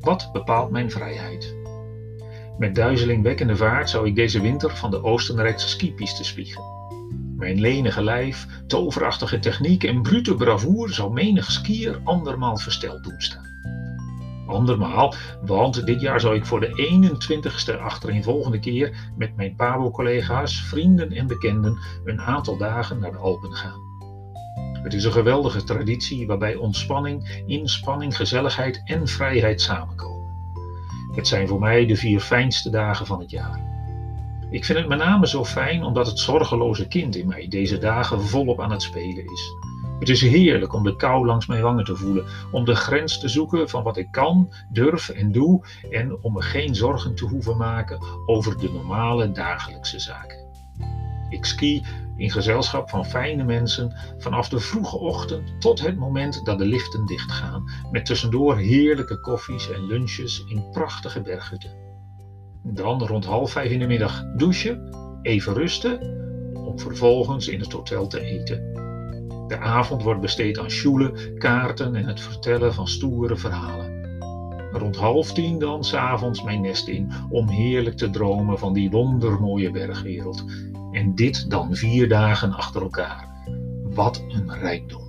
Wat bepaalt mijn vrijheid? Met duizelingwekkende vaart zou ik deze winter van de Oostenrijkse skipistes vliegen. Mijn lenige lijf, toverachtige techniek en brute bravoure zou menig skier andermaal versteld doen staan. Andermaal, want dit jaar zou ik voor de 21ste achtereenvolgende keer met mijn Pabo-collega's, vrienden en bekenden een aantal dagen naar de Alpen gaan. Het is een geweldige traditie waarbij ontspanning, inspanning, gezelligheid en vrijheid samenkomen. Het zijn voor mij de 4 fijnste dagen van het jaar. Ik vind het met name zo fijn omdat het zorgeloze kind in mij deze dagen volop aan het spelen is. Het is heerlijk om de kou langs mijn wangen te voelen, om de grens te zoeken van wat ik kan, durf en doe en om me geen zorgen te hoeven maken over de normale dagelijkse zaken. Ik ski in gezelschap van fijne mensen vanaf de vroege ochtend tot het moment dat de liften dichtgaan, met tussendoor heerlijke koffies en lunches in prachtige berghutten. Dan rond 4:30 in de middag douchen, even rusten, om vervolgens in het hotel te eten. De avond wordt besteed aan sjoelen, kaarten en het vertellen van stoere verhalen. Rond 9:30 dan 's avonds mijn nest in, om heerlijk te dromen van die wondermooie bergwereld. En dit dan 4 dagen achter elkaar. Wat een rijkdom.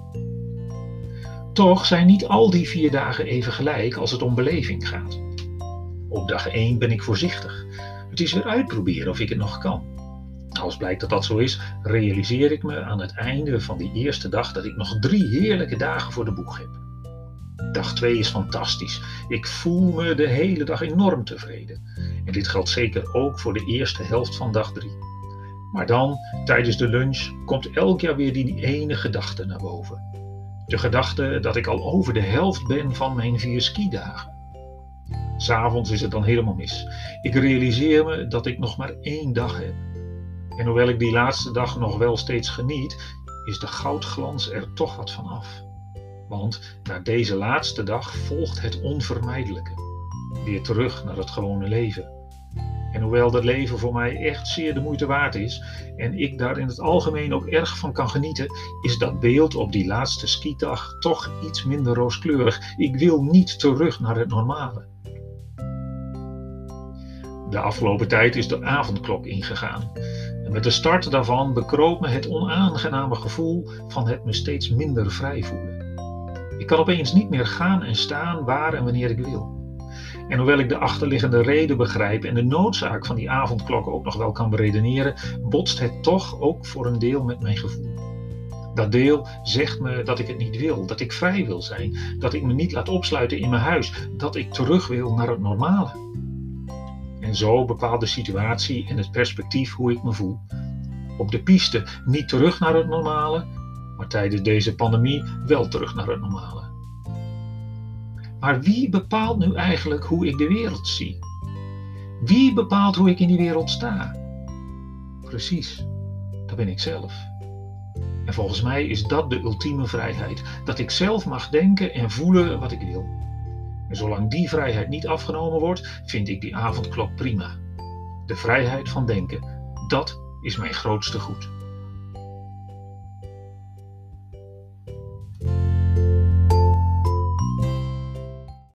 Toch zijn niet al die 4 dagen even gelijk als het om beleving gaat. Op dag 1 ben ik voorzichtig. Het is weer uitproberen of ik het nog kan. Als blijkt dat dat zo is, realiseer ik me aan het einde van die eerste dag dat ik nog 3 heerlijke dagen voor de boeg heb. Dag 2 is fantastisch. Ik voel me de hele dag enorm tevreden. En dit geldt zeker ook voor de eerste helft van dag 3. Maar dan, tijdens de lunch, komt elk jaar weer die ene gedachte naar boven. De gedachte dat ik al over de helft ben van mijn 4 skidagen. 'S Avonds is het dan helemaal mis. Ik realiseer me dat ik nog maar 1 dag heb. En hoewel ik die laatste dag nog wel steeds geniet, is de goudglans er toch wat van af. Want na deze laatste dag volgt het onvermijdelijke. Weer terug naar het gewone leven. En hoewel dat leven voor mij echt zeer de moeite waard is en ik daar in het algemeen ook erg van kan genieten, is dat beeld op die laatste skidag toch iets minder rooskleurig. Ik wil niet terug naar het normale. De afgelopen tijd is de avondklok ingegaan. En met de start daarvan bekroop me het onaangename gevoel van het me steeds minder vrij voelen. Ik kan opeens niet meer gaan en staan waar en wanneer ik wil. En hoewel ik de achterliggende reden begrijp en de noodzaak van die avondklok ook nog wel kan beredeneren, botst het toch ook voor een deel met mijn gevoel. Dat deel zegt me dat ik het niet wil, dat ik vrij wil zijn, dat ik me niet laat opsluiten in mijn huis, dat ik terug wil naar het normale. En zo bepaalt de situatie en het perspectief hoe ik me voel. Op de piste niet terug naar het normale, maar tijdens deze pandemie wel terug naar het normale. Maar wie bepaalt nu eigenlijk hoe ik de wereld zie? Wie bepaalt hoe ik in die wereld sta? Precies, dat ben ik zelf. En volgens mij is dat de ultieme vrijheid. Dat ik zelf mag denken en voelen wat ik wil. En zolang die vrijheid niet afgenomen wordt, vind ik die avondklok prima. De vrijheid van denken, dat is mijn grootste goed.